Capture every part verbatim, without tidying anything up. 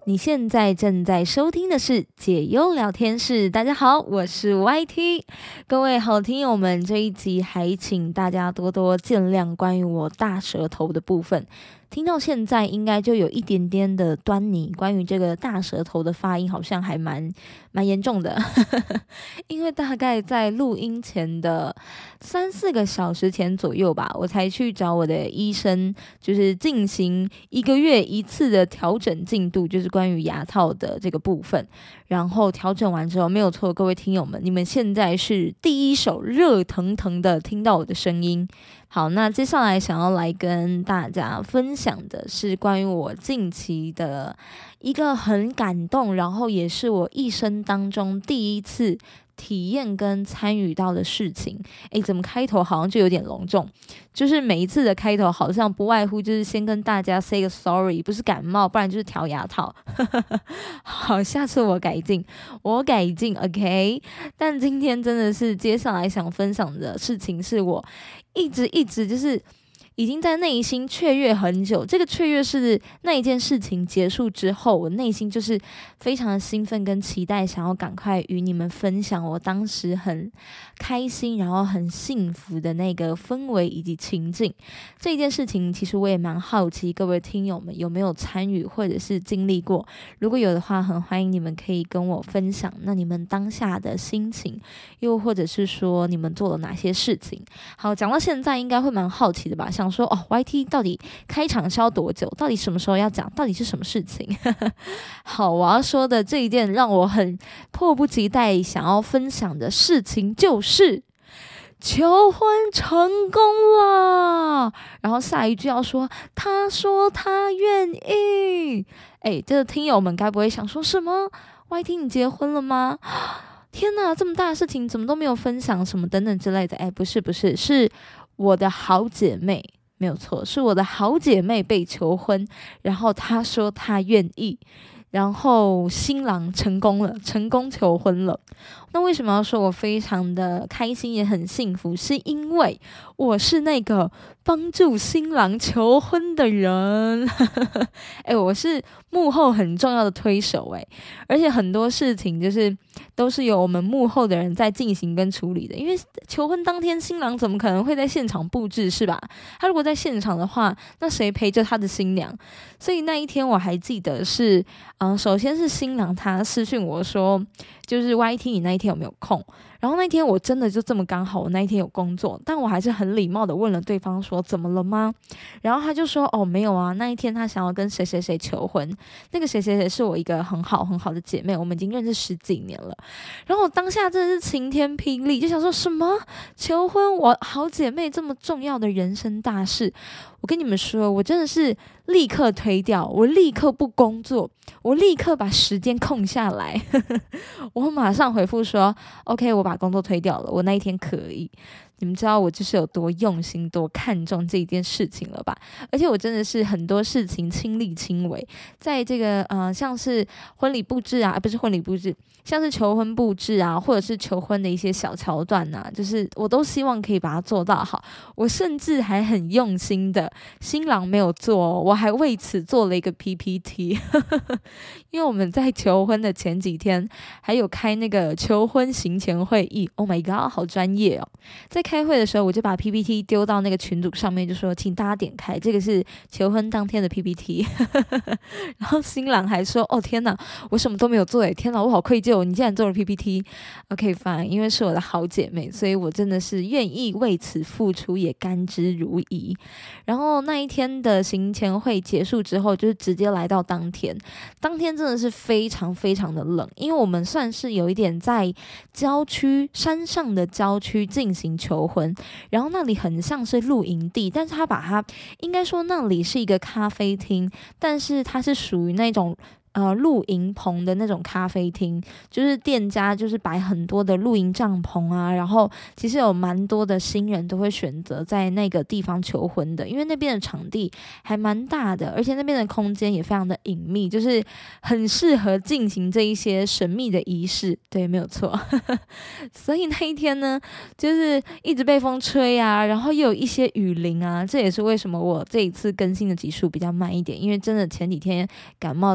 你现在正在收听的是解忧聊天室，大家好，我是 Y T。 各位好听友们，这一集还请大家多多见谅，关于我大舌头的部分听到现在应该就有一点点的端倪，关于这个大舌头的发音好像还蛮蛮严重的因为大概在录音前的三四个小时前左右吧，我才去找我的医生，就是进行一个月一次的调整进度，就是关于牙套的这个部分。然后调整完之后，没有错，各位听友们，你们现在是第一手热腾腾的听到我的声音。好，那接下来想要来跟大家分享的是关于我近期的一个很感动，然后也是我一生当中第一次体验跟参与到的事情。诶，怎么开头好像就有点隆重，就是每一次的开头好像不外乎就是先跟大家 say 个 sorry， 不是感冒不然就是调牙套好，下次我改进我改进 OK。 但今天真的是接下来想分享的事情是我一直一直就是已经在内心雀跃很久，这个雀跃是那一件事情结束之后，我内心就是非常的兴奋跟期待，想要赶快与你们分享我当时很开心然后很幸福的那个氛围以及情境。这一件事情其实我也蛮好奇各位听友们有没有参与或者是经历过，如果有的话很欢迎你们可以跟我分享那你们当下的心情，又或者是说你们做了哪些事情。好，讲到现在应该会蛮好奇的吧，想说哦 Y T 到底开场是要多久，到底什么时候要讲，到底是什么事情好，我要说的这一件让我很迫不及待想要分享的事情就是求婚成功了，然后下一句要说他说他愿意。诶，这个听友们该不会想说什么 Y T 你结婚了吗？天哪，这么大的事情怎么都没有分享什么等等之类的。诶，不是不是，是我的好姐妹，没有错，是我的好姐妹被求婚，然后她说她愿意，然后新郎成功了，成功求婚了。那为什么要说我非常的开心也很幸福，是因为我是那个帮助新郎求婚的人哎，我是幕后很重要的推手哎，而且很多事情就是都是由我们幕后的人在进行跟处理的，因为求婚当天新郎怎么可能会在现场布置是吧？他如果在现场的话，那谁陪着他的新娘？所以那一天我还记得是嗯、呃，首先是新郎他私讯我说就是 Y T 你那一天有没有空，然后那一天我真的就这么刚好我那一天有工作，但我还是很礼貌的问了对方说怎么了吗？然后他就说哦没有啊，那一天他想要跟谁谁谁求婚，那个谁谁谁是我一个很好很好的姐妹，我们已经认识十几年了。然后我当下真的是晴天霹雳，就想说什么求婚，我好姐妹这么重要的人生大事，我跟你们说我真的是立刻推掉，我立刻不工作，我立刻把时间空下来我马上回复说 OK 我把工作推掉了，我那一天可以。你们知道我就是有多用心多看重这一件事情了吧？而且我真的是很多事情亲力亲为，在这个呃像是婚礼布置啊，不是婚礼布置，像是求婚布置啊，或者是求婚的一些小桥段啊，就是我都希望可以把它做到好。我甚至还很用心的，新郎没有做哦，我还为此做了一个 P P T 因为我们在求婚的前几天还有开那个求婚行前会议 Oh my god 好专业哦。在开会的时候我就把 P P T 丢到那个群组上面，就说请大家点开，这个是求婚当天的 P P T 然后新郎还说哦天哪我什么都没有做耶，天哪我好愧疚，你竟然做了 P P T。 OK fine， 因为是我的好姐妹，所以我真的是愿意为此付出，也甘之如饴。然后那一天的行前会结束之后，就是直接来到当天，当天真的是非常非常的冷，因为我们算是有一点在郊区山上的郊区进行求婚，然后那里很像是露营地，但是他把它应该说那里是一个咖啡厅，但是它是属于那种呃露营棚的那种咖啡厅，就是店家就是摆很多的露营帐篷啊，然后其实有蛮多的新人都会选择在那个地方求婚的，因为那边的场地还蛮大的，而且那边的空间也非常的隐秘，就是很适合进行这一些神秘的仪式。对，没有错所以那一天呢就是一直被风吹啊，然后又有一些雨淋啊，这也是为什么我这一次更新的集数比较慢一点，因为真的前几天感冒的比较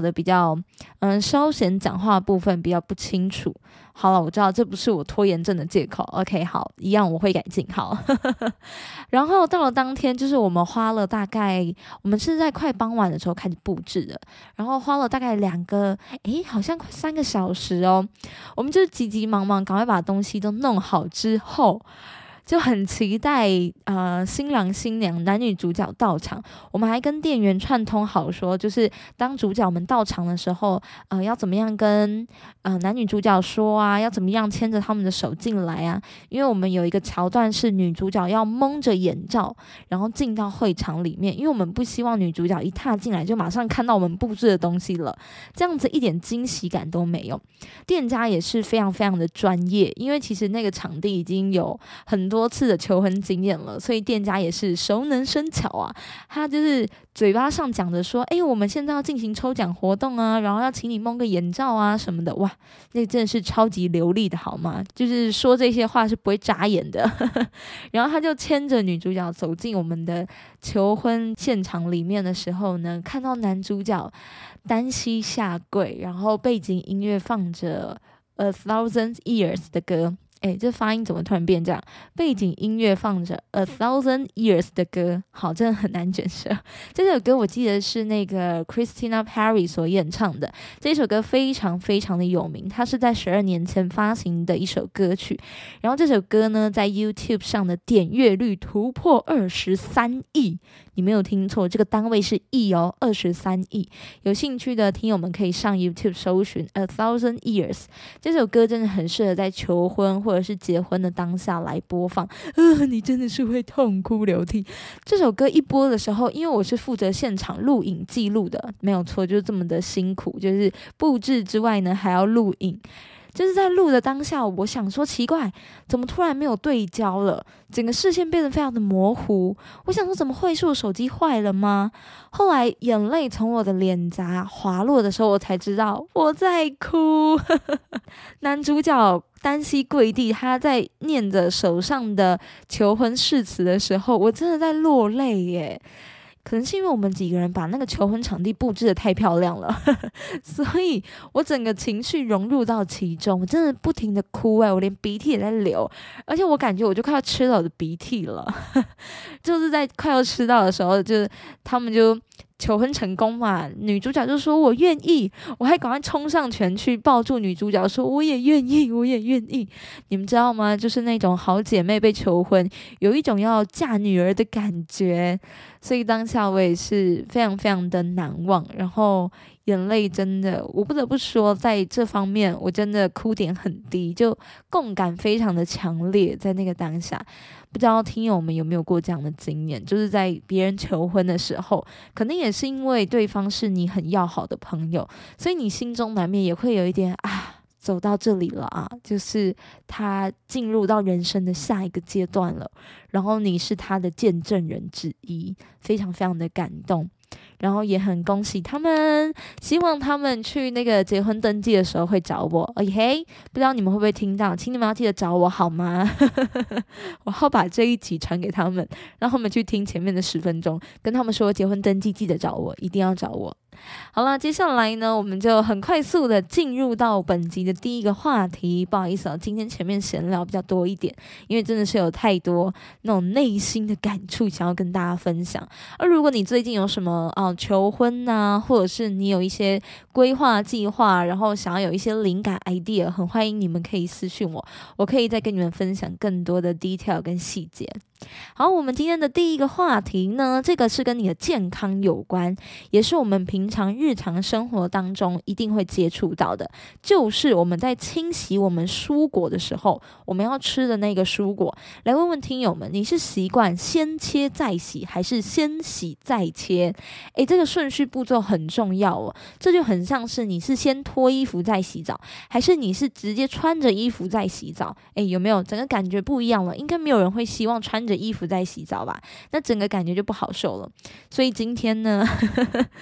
较嗯稍显讲话的部分比较不清楚。好了，我知道这不是我拖延症的借口。OK， 好，一样我会改进。好，然后到了当天，就是我们花了大概，我们是在快傍晚的时候开始布置的，然后花了大概两个，诶，好像快三个小时哦。我们就是急急忙忙，赶快把东西都弄好之后，就很期待呃新郎新娘男女主角到场。我们还跟店员串通好说，就是当主角们到场的时候，呃要怎么样跟呃男女主角说啊，要怎么样牵着他们的手进来啊。因为我们有一个桥段是女主角要蒙着眼罩，然后进到会场里面，因为我们不希望女主角一踏进来就马上看到我们布置的东西了，这样子一点惊喜感都没有。店家也是非常非常的专业，因为其实那个场地已经有很多次的求婚经验了，所以店家也是熟能生巧啊。他就是嘴巴上讲的说，诶，我们现在要进行抽奖活动啊，然后要请你蒙个眼罩啊什么的，哇，那真的是超级流利的好吗？就是说这些话是不会眨眼的。然后他就牵着女主角走进我们的求婚现场里面的时候呢，看到男主角单膝下跪，然后背景音乐放着 A Thousand Years 的歌。诶，这发音怎么突然变这样？背景音乐放着 A Thousand Years 的歌，好，真的很难卷舌。这首歌我记得是那个 Christina Perri 所演唱的，这首歌非常非常的有名，它是在十二年前发行的一首歌曲。然后这首歌呢，在 YouTube 上的点阅率突破二十三亿，你没有听错，这个单位是亿哦，二十三亿。有兴趣的听友们可以上 YouTube 搜寻 A Thousand Years， 这首歌真的很适合在求婚或者是结婚的当下来播放。呃，你真的是会痛哭流涕。这首歌一播的时候，因为我是负责现场录影记录的，没有错，就是这么的辛苦，就是布置之外呢还要录影。就是在录的当下，我想说奇怪，怎么突然没有对焦了？整个视线变得非常的模糊。我想说怎么会，是我手机坏了吗？后来眼泪从我的脸颊滑落的时候，我才知道我在哭。男主角单膝跪地，他在念着手上的求婚誓词的时候，我真的在落泪耶。可能是因为我们几个人把那个求婚场地布置得太漂亮了，所以我整个情绪融入到其中，我真的不停的哭哎，我连鼻涕也在流，而且我感觉我就快要吃到我的鼻涕了，就是在快要吃到的时候，就是他们就求婚成功嘛，女主角就说我愿意，我还赶快冲上前去抱住女主角说我也愿意，我也愿意。你们知道吗？就是那种好姐妹被求婚，有一种要嫁女儿的感觉。所以当下我也是非常非常的难忘，然后眼泪真的，我不得不说，在这方面我真的哭点很低，就共感非常的强烈，在那个当下。不知道听友们有没有过这样的经验，就是在别人求婚的时候，可能也是因为对方是你很要好的朋友，所以你心中难免也会有一点啊，走到这里了啊，就是他进入到人生的下一个阶段了，然后你是他的见证人之一，非常非常的感动。然后也很恭喜他们，希望他们去那个结婚登记的时候会找我 OK， 不知道你们会不会听到，请你们要记得找我好吗？我要把这一集传给他们，让他们去听前面的十分钟，跟他们说结婚登记记得找我，一定要找我。好了，接下来呢，我们就很快速的进入到本集的第一个话题。不好意思啊，今天前面闲聊比较多一点，因为真的是有太多那种内心的感触想要跟大家分享。而如果你最近有什么啊求婚啊，或者是你有一些规划计划，然后想要有一些灵感 idea， 很欢迎你们可以私讯我，我可以再跟你们分享更多的 detail 跟细节。好，我们今天的第一个话题呢，这个是跟你的健康有关，也是我们平常日常生活当中一定会接触到的，就是我们在清洗我们蔬果的时候，我们要吃的那个蔬果。来问问听友们，你是习惯先切再洗，还是先洗再切？诶，这个顺序步骤很重要哦，这就很像是你是先脱衣服再洗澡，还是你是直接穿着衣服再洗澡？诶，有没有整个感觉不一样了？应该没有人会希望穿着衣服在洗澡吧，那整个感觉就不好受了。所以今天呢呵呵自己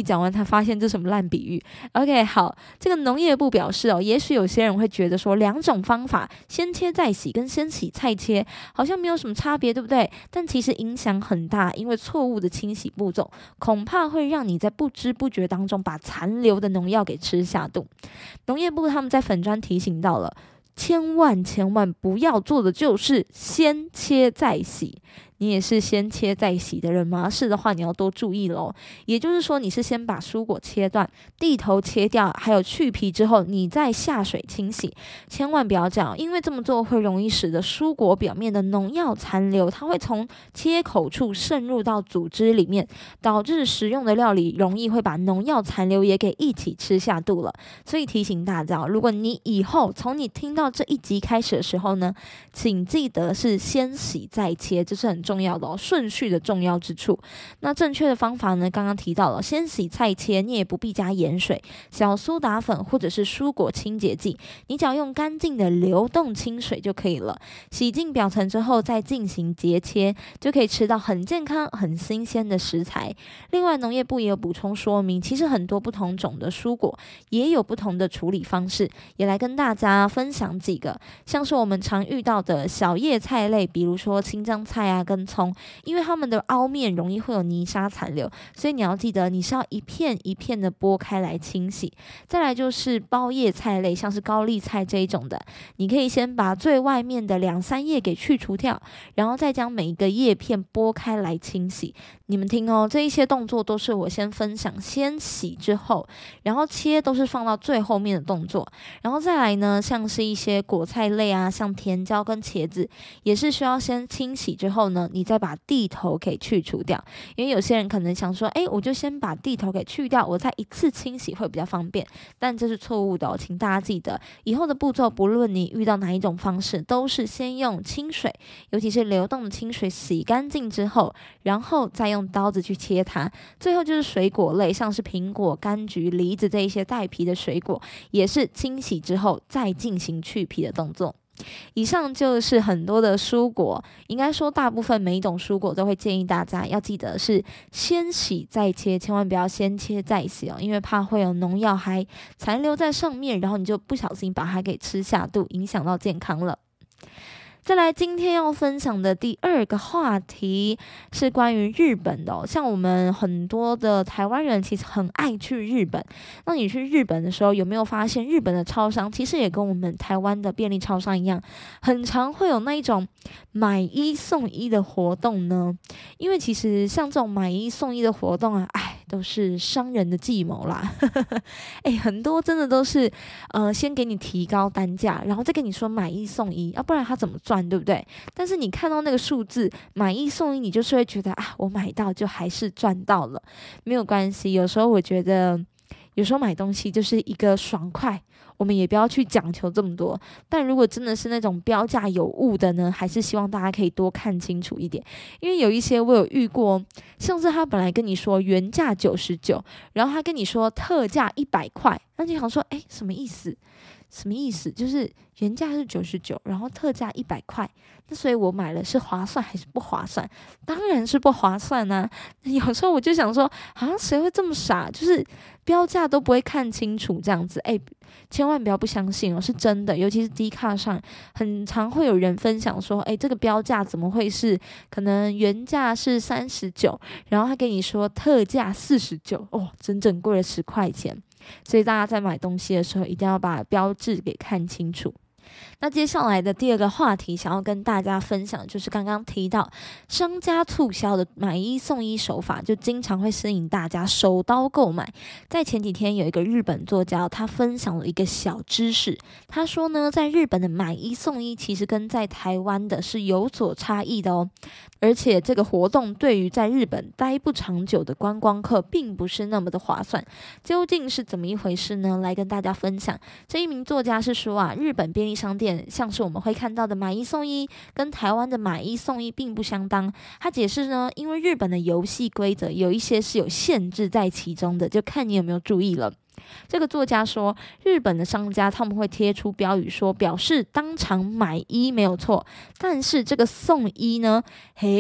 题讲完才发现这什么烂比喻。 OK， 好，这个农业部表示哦，也许有些人会觉得说两种方法先切再洗跟先洗再切好像没有什么差别，对不对？但其实影响很大，因为错误的清洗步骤恐怕会让你在不知不觉当中把残留的农药给吃下肚。农业部他们在粉专提醒到了，千万千万不要做的就是先切再洗。你也是先切再洗的人吗？是的话，你要多注意咯。也就是说，你是先把蔬果切断，蒂头切掉，还有去皮之后，你再下水清洗。千万不要这样，因为这么做会容易使得蔬果表面的农药残留，它会从切口处渗入到组织里面，导致食用的料理容易会把农药残留也给一起吃下肚了。所以提醒大家，如果你以后从你听到这一集开始的时候呢，请记得是先洗再切，这是很重要重要的哦，顺序的重要之处。那正确的方法呢，刚刚提到了，先洗再切，你也不必加盐水、小苏打粉或者是蔬果清洁剂，你只要用干净的流动清水就可以了。洗净表层之后再进行节切，就可以吃到很健康很新鲜的食材。另外农业部也有补充说明，其实很多不同种的蔬果也有不同的处理方式，也来跟大家分享几个，像是我们常遇到的小叶菜类，比如说青江菜啊跟葱，因为它们的凹面容易会有泥沙残留，所以你要记得你是要一片一片的剥开来清洗。再来就是包叶菜类，像是高丽菜这一种的，你可以先把最外面的两三叶给去除掉，然后再将每一个叶片剥开来清洗。你们听哦，这一些动作都是我先分享，先洗之后，然后切都是放到最后面的动作。然后再来呢，像是一些果菜类啊，像甜椒跟茄子，也是需要先清洗之后呢，你再把蒂头给去除掉。因为有些人可能想说，诶，我就先把蒂头给去掉，我再一次清洗会比较方便，但这是错误的哦，请大家记得，以后的步骤不论你遇到哪一种方式，都是先用清水，尤其是流动的清水洗干净之后，然后再用刀子去切它。最后就是水果类，像是苹果、柑橘、梨子这一些带皮的水果，也是清洗之后再进行去皮的动作。以上就是很多的蔬果，应该说大部分每一种蔬果都会建议大家要记得是先洗再切，千万不要先切再洗哦，因为怕会有农药还残留在上面，然后你就不小心把它给吃下肚，影响到健康了。再来，今天要分享的第二个话题是关于日本的哦。像我们很多的台湾人其实很爱去日本，那你去日本的时候有没有发现日本的超商其实也跟我们台湾的便利超商一样，很常会有那一种买一送一的活动呢？因为其实像这种买一送一的活动啊，哎，都是商人的计谋啦。哎，很多真的都是呃先给你提高单价，然后再跟你说买一送一，要不然他怎么赚，对不对？但是你看到那个数字买一送一，你就是会觉得啊，我买到就还是赚到了。没有关系，有时候我觉得有时候买东西就是一个爽快，我们也不要去讲求这么多。但如果真的是那种标价有误的呢，还是希望大家可以多看清楚一点。因为有一些我有遇过，像是他本来跟你说原价九十九，然后他跟你说特价一百块，那你想说，诶，什么意思？什么意思？就是原价是九十九，然后特价一百块，那所以我买了是划算还是不划算？当然是不划算啊！有时候我就想说，好像谁会这么傻，就是标价都不会看清楚这样子？哎，千万不要不相信哦，是真的。尤其是 D 卡上，很常会有人分享说，哎，这个标价怎么会是可能原价是三十九，然后他跟你说特价四十九，哦，整整贵了十块钱。所以大家在买东西的时候，一定要把标志给看清楚。那接下来的第二个话题想要跟大家分享，就是刚刚提到商家促销的买一送一手法，就经常会吸引大家手刀购买。在前几天有一个日本作家，他分享了一个小知识，他说呢，在日本的买一送一其实跟在台湾的是有所差异的哦，而且这个活动对于在日本待不长久的观光客并不是那么的划算。究竟是怎么一回事呢？来跟大家分享。这一名作家是说啊，日本便利商店像是我们会看到的买一送一，跟台湾的买一送一并不相当。他解释呢，因为日本的游戏规则有一些是有限制在其中的，就看你有没有注意了。这个作家说，日本的商家他们会贴出标语说，表示当场买一没有错，但是这个送一呢，嘿，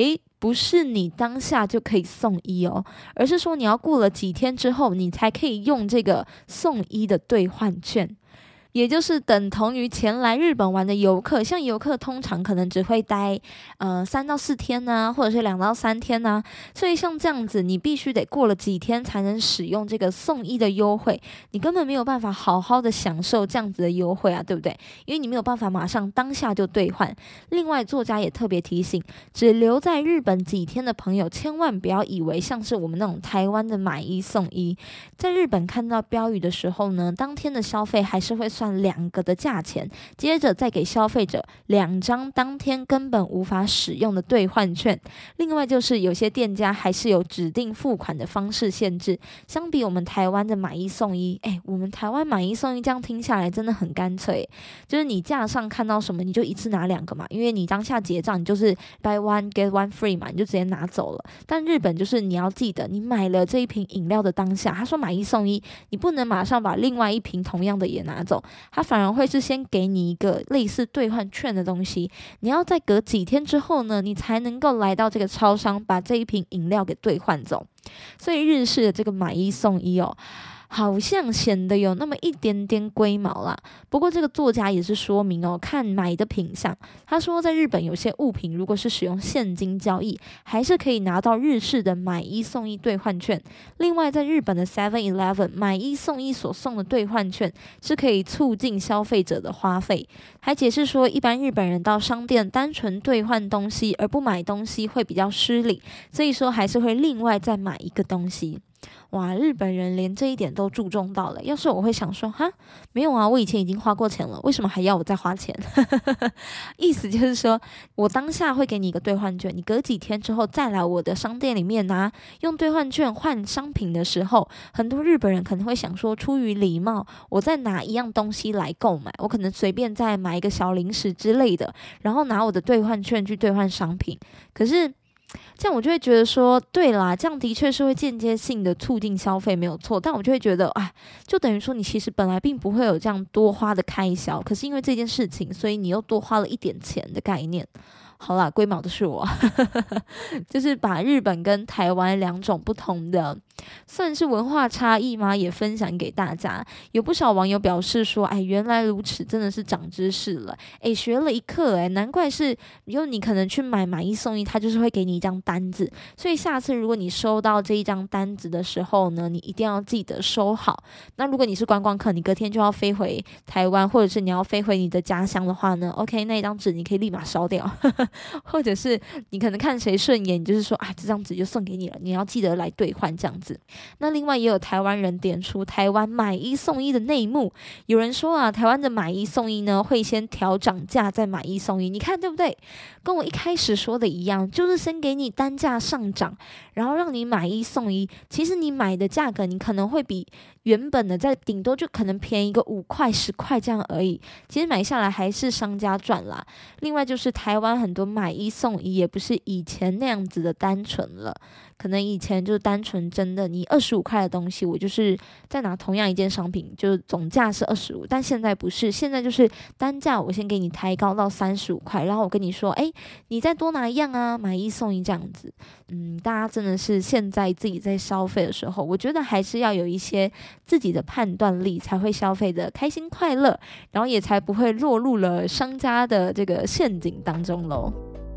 不是你当下就可以送医哦，而是说你要过了几天之后，你才可以用这个送医的兑换券。也就是等同于前来日本玩的游客，像游客通常可能只会待呃三到四天呢、啊，或者是两到三天呢、啊，所以像这样子，你必须得过了几天才能使用这个送医的优惠，你根本没有办法好好的享受这样子的优惠啊，对不对？因为你没有办法马上当下就兑换。另外，作家也特别提醒，只留在日本几天的朋友，千万不要以为像是我们那种台湾的买一送一，在日本看到标语的时候呢，当天的消费还是会算两个的价钱，接着再给消费者两张当天根本无法使用的兑换券。另外就是有些店家还是有指定付款的方式限制，相比我们台湾的买一送一，哎，我们台湾买一送一这样听下来真的很干脆，就是你架上看到什么你就一次拿两个嘛，因为你当下结账你就是 buy one get one free 嘛，你就直接拿走了。但日本就是你要记得，你买了这一瓶饮料的当下，他说买一送一，你不能马上把另外一瓶同样的也拿走，他反而会是先给你一个类似兑换券的东西，你要再隔几天之后呢，你才能够来到这个超商把这一瓶饮料给兑换走。所以日式的这个买一送一哦，好像显得有那么一点点龟毛啦。不过这个作家也是说明哦，看买的品项。他说在日本有些物品如果是使用现金交易，还是可以拿到日式的买一送一兑换券。另外在日本的 seven eleven 买一送一所送的兑换券是可以促进消费者的花费。还解释说，一般日本人到商店单纯兑换东西而不买东西会比较失礼，所以说还是会另外再买一个东西。哇，日本人连这一点都注重到了。要是我会想说，哈，没有啊，我以前已经花过钱了，为什么还要我再花钱？意思就是说，我当下会给你一个兑换券，你隔几天之后再来我的商店里面拿，用兑换券换商品的时候，很多日本人可能会想说，出于礼貌，我再拿一样东西来购买，我可能随便再买一个小零食之类的，然后拿我的兑换券去兑换商品。可是这样我就会觉得说，对啦，这样的确是会间接性的促进消费，没有错。但我就会觉得，哎，就等于说你其实本来并不会有这样多花的开销，可是因为这件事情，所以你又多花了一点钱的概念。好啦，龟毛的是我，就是把日本跟台湾两种不同的，算是文化差异吗？也分享给大家。有不少网友表示说，哎，原来如此，真的是长知识了，哎，学了一课，哎，难怪是，因为你可能去买买一送一，他就是会给你一张单子，所以下次如果你收到这一张单子的时候呢，你一定要记得收好。那如果你是观光客，你隔天就要飞回台湾，或者是你要飞回你的家乡的话呢 ，OK， 那一张纸你可以立马烧掉。或者是你可能看谁顺眼，你就是说啊，这张纸就送给你了，你要记得来兑换这样子。那另外也有台湾人点出台湾买一送一的内幕，有人说啊，台湾的买一送一呢会先调涨价再买一送一，你看对不对？跟我一开始说的一样，就是先给你单价上涨，然后让你买一送一。其实你买的价格你可能会比原本的再顶多就可能便宜一个五块十块这样而已，其实买下来还是商家赚啦。另外就是台湾很多买一送一也不是以前那样子的单纯了，可能以前就单纯真的你二十五块的东西，我就是再拿同样一件商品，就是总价是二十五，但现在不是，现在就是单价我先给你抬高到三十五块，然后我跟你说，哎，你再多拿一样啊，买一送一这样子。嗯，大家真的是现在自己在消费的时候，我觉得还是要有一些自己的判断力，才会消费的开心快乐，然后也才不会落入了商家的这个陷阱当中咯。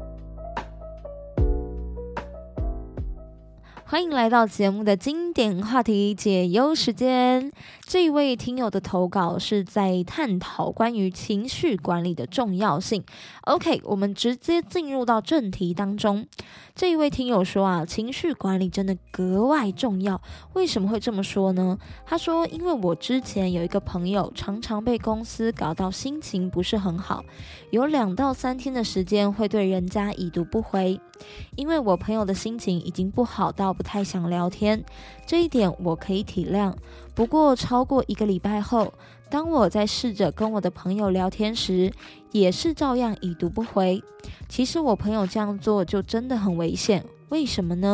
欢迎来到节目的经典话题解忧时间。这一位听友的投稿是在探讨关于情绪管理的重要性。OK， 我们直接进入到正题当中。这一位听友说啊，情绪管理真的格外重要。为什么会这么说呢？他说，因为我之前有一个朋友常常被公司搞到心情不是很好，有两到三天的时间会对人家已读不回。因为我朋友的心情已经不好到不太想聊天，这一点我可以体谅。不过超过一个礼拜后，当我在试着跟我的朋友聊天时，也是照样已读不回。其实我朋友这样做就真的很危险，为什么呢？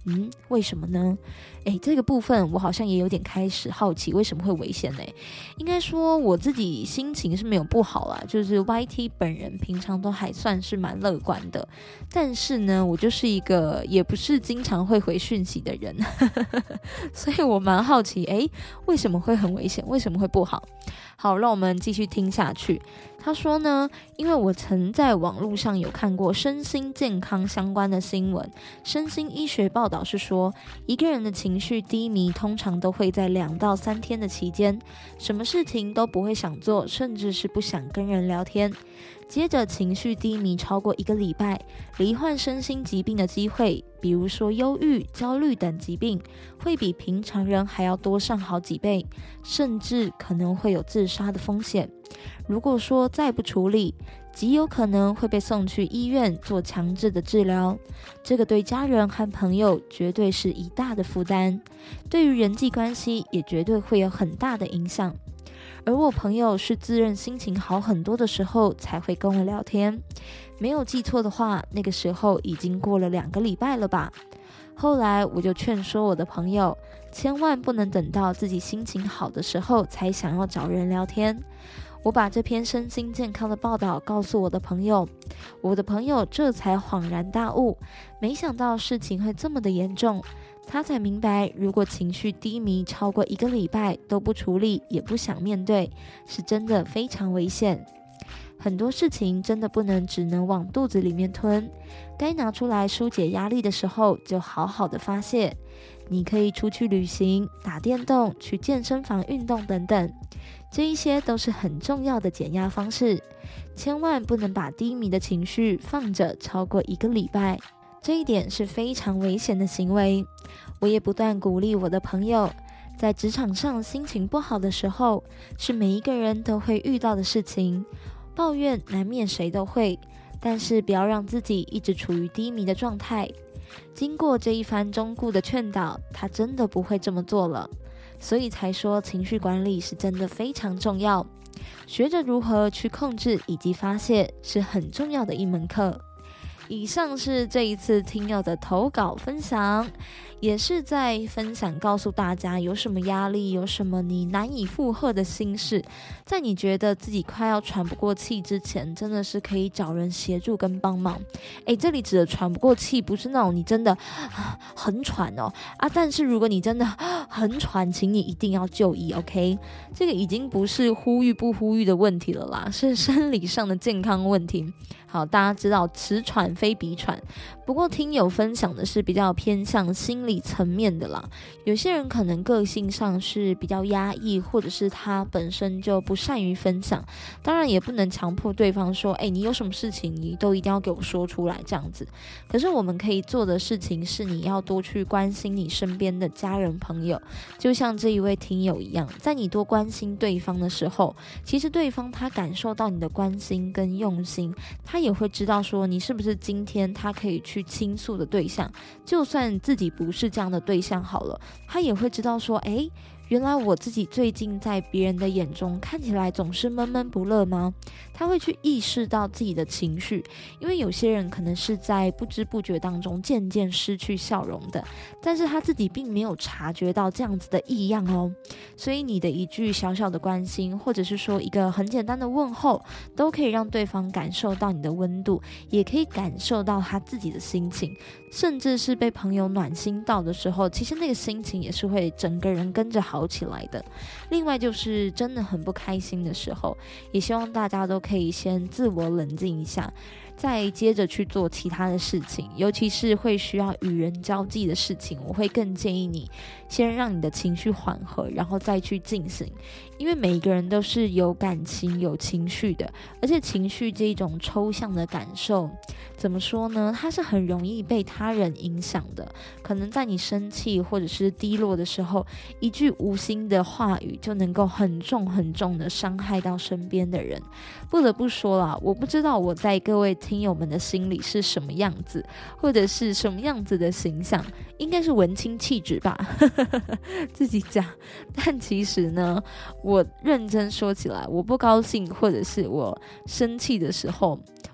嗯，为什么呢？诶，这个部分我好像也有点开始好奇为什么会危险呢？应该说我自己心情是没有不好啦，就是 Y T 本人平常都还算是蛮乐观的，但是呢我就是一个也不是经常会回讯息的人所以我蛮好奇，诶，为什么会很危险？为什么会不好？好，让我们继续听下去。他说呢，因为我曾在网络上有看过身心健康相关的新闻，身心医学报道是说，一个人的情绪低迷通常都会在两到三天的期间，什么事情都不会想做，甚至是不想跟人聊天。接着情绪低迷超过一个礼拜，罹患身心疾病的机会，比如说忧郁、焦虑等疾病，会比平常人还要多上好几倍，甚至可能会有自杀的风险。如果说再不处理，极有可能会被送去医院做强制的治疗，这个对家人和朋友绝对是一大的负担，对于人际关系也绝对会有很大的影响。而我朋友是自认心情好很多的时候才会跟我聊天，没有记错的话，那个时候已经过了两个礼拜了吧。后来我就劝说我的朋友，千万不能等到自己心情好的时候才想要找人聊天。我把这篇身心健康的报道告诉我的朋友，我的朋友这才恍然大悟，没想到事情会这么的严重。他才明白，如果情绪低迷超过一个礼拜都不处理，也不想面对，是真的非常危险。很多事情真的不能只能往肚子里面吞，该拿出来疏解压力的时候，就好好的发泄。你可以出去旅行、打电动、去健身房运动等等，这一些都是很重要的减压方式。千万不能把低迷的情绪放着超过一个礼拜，这一点是非常危险的行为。我也不断鼓励我的朋友，在职场上心情不好的时候，是每一个人都会遇到的事情，抱怨难免谁都会，但是不要让自己一直处于低迷的状态。经过这一番忠固的劝导，他真的不会这么做了，所以才说情绪管理是真的非常重要，学着如何去控制以及发泄是很重要的一门课。以上是这一次听友的投稿分享，也是在分享告诉大家有什么压力，有什么你难以负荷的心事，在你觉得自己快要喘不过气之前，真的是可以找人协助跟帮忙。诶，这里指的喘不过气不是那种你真的、啊、很喘哦啊，但是如果你真的、啊、很喘，请你一定要就医 OK， 这个已经不是呼吁不呼吁的问题了啦，是生理上的健康问题。好，大家知道此喘非彼喘，不过听友分享的是比较偏向心理层面的啦。有些人可能个性上是比较压抑，或者是他本身就不善于分享，当然也不能强迫对方说，哎，你有什么事情你都一定要给我说出来这样子。可是我们可以做的事情是，你要多去关心你身边的家人朋友，就像这一位听友一样，在你多关心对方的时候，其实对方他感受到你的关心跟用心，他也会知道说你是不是今天他可以去倾诉的对象，就算自己不是这样的对象好了，他也会知道说，诶，原来我自己最近在别人的眼中看起来总是闷闷不乐吗？他会去意识到自己的情绪，因为有些人可能是在不知不觉当中渐渐失去笑容的，但是他自己并没有察觉到这样子的异样哦。所以你的一句小小的关心，或者是说一个很简单的问候，都可以让对方感受到你的温度，也可以感受到他自己的心情，甚至是被朋友暖心到的时候，其实那个心情也是会整个人跟着好起来的。另外就是真的很不开心的时候，也希望大家都可以先自我冷静一下，再接着去做其他的事情，尤其是会需要与人交际的事情，我会更建议你先让你的情绪缓和，然后再去进行。因为每一个人都是有感情有情绪的，而且情绪这种抽象的感受怎么说呢，它是很容易被他人影响的。可能在你生气或者是低落的时候，一句无心的话语就能够很重很重的伤害到身边的人。不得不说啦，我不知道我在各位听友们的心里是什么样子，或者是什么样子的形象，应该是文青气质吧自己讲。但其实呢，我认真说起来，我不高兴或者是我生气的时候，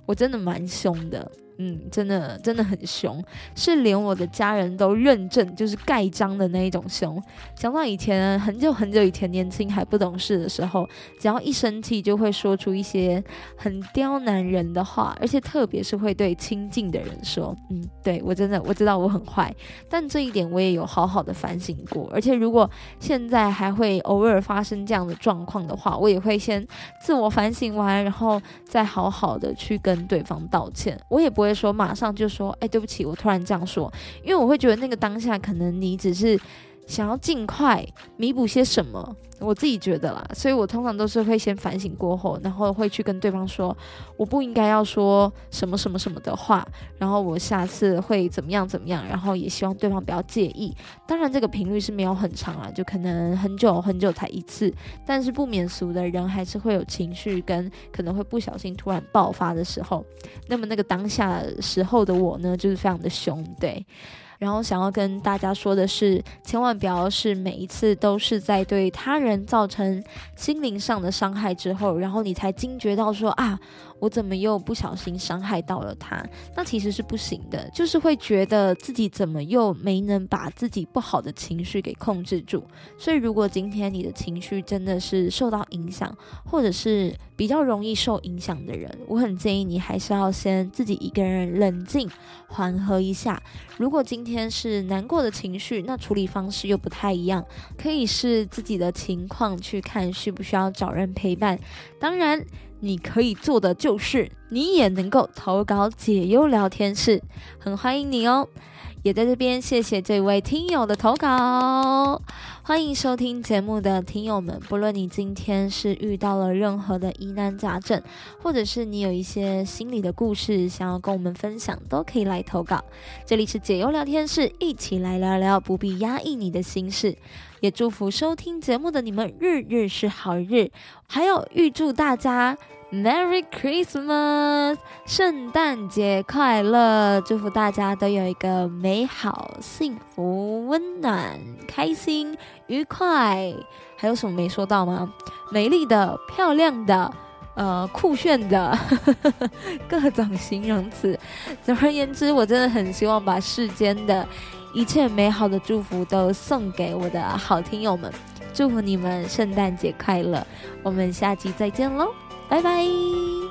我真的蛮凶的。嗯，真的真的很凶，是连我的家人都认证，就是盖章的那一种凶。想到以前很久很久以前年轻还不懂事的时候，只要一生气就会说出一些很刁难人的话，而且特别是会对亲近的人说。嗯，对，我真的我知道我很坏，但这一点我也有好好的反省过。而且如果现在还会偶尔发生这样的状况的话，我也会先自我反省完，然后再好好的去跟对方道歉。我也不会说马上就说哎，对不起，我突然这样说，因为我会觉得那个当下可能你只是想要尽快弥补些什么，我自己觉得啦，所以我通常都是会先反省过后，然后会去跟对方说我不应该要说什么什么什么的话，然后我下次会怎么样怎么样，然后也希望对方不要介意。当然这个频率是没有很长啦，就可能很久很久才一次，但是不免俗的人还是会有情绪跟可能会不小心突然爆发的时候，那么那个当下时候的我呢，就是非常的凶，对。然后想要跟大家说的是，千万不要是每一次都是在对他人造成心灵上的伤害之后，然后你才惊觉到说啊，我怎么又不小心伤害到了他，那其实是不行的，就是会觉得自己怎么又没能把自己不好的情绪给控制住。所以如果今天你的情绪真的是受到影响，或者是比较容易受影响的人，我很建议你还是要先自己一个人冷静缓和一下。如果今天是难过的情绪，那处理方式又不太一样，可以是自己的情况去看需不需要找人陪伴。当然你可以做的就是你也能够投稿解忧聊天室，很欢迎你哦。也在这边谢谢这位听友的投稿。欢迎收听节目的听友们，不论你今天是遇到了任何的疑难杂症，或者是你有一些心理的故事想要跟我们分享，都可以来投稿。这里是解忧聊天室，一起来聊聊不必压抑你的心事。也祝福收听节目的你们日日是好日，还有预祝大家Merry Christmas， 圣诞节快乐！祝福大家都有一个美好、幸福、温暖、开心、愉快。还有什么没说到吗？美丽的、漂亮的、呃，酷炫的，各种形容词。总而言之，我真的很希望把世间的一切美好的祝福都送给我的好听友们。祝福你们圣诞节快乐！我们下集再见喽！拜拜。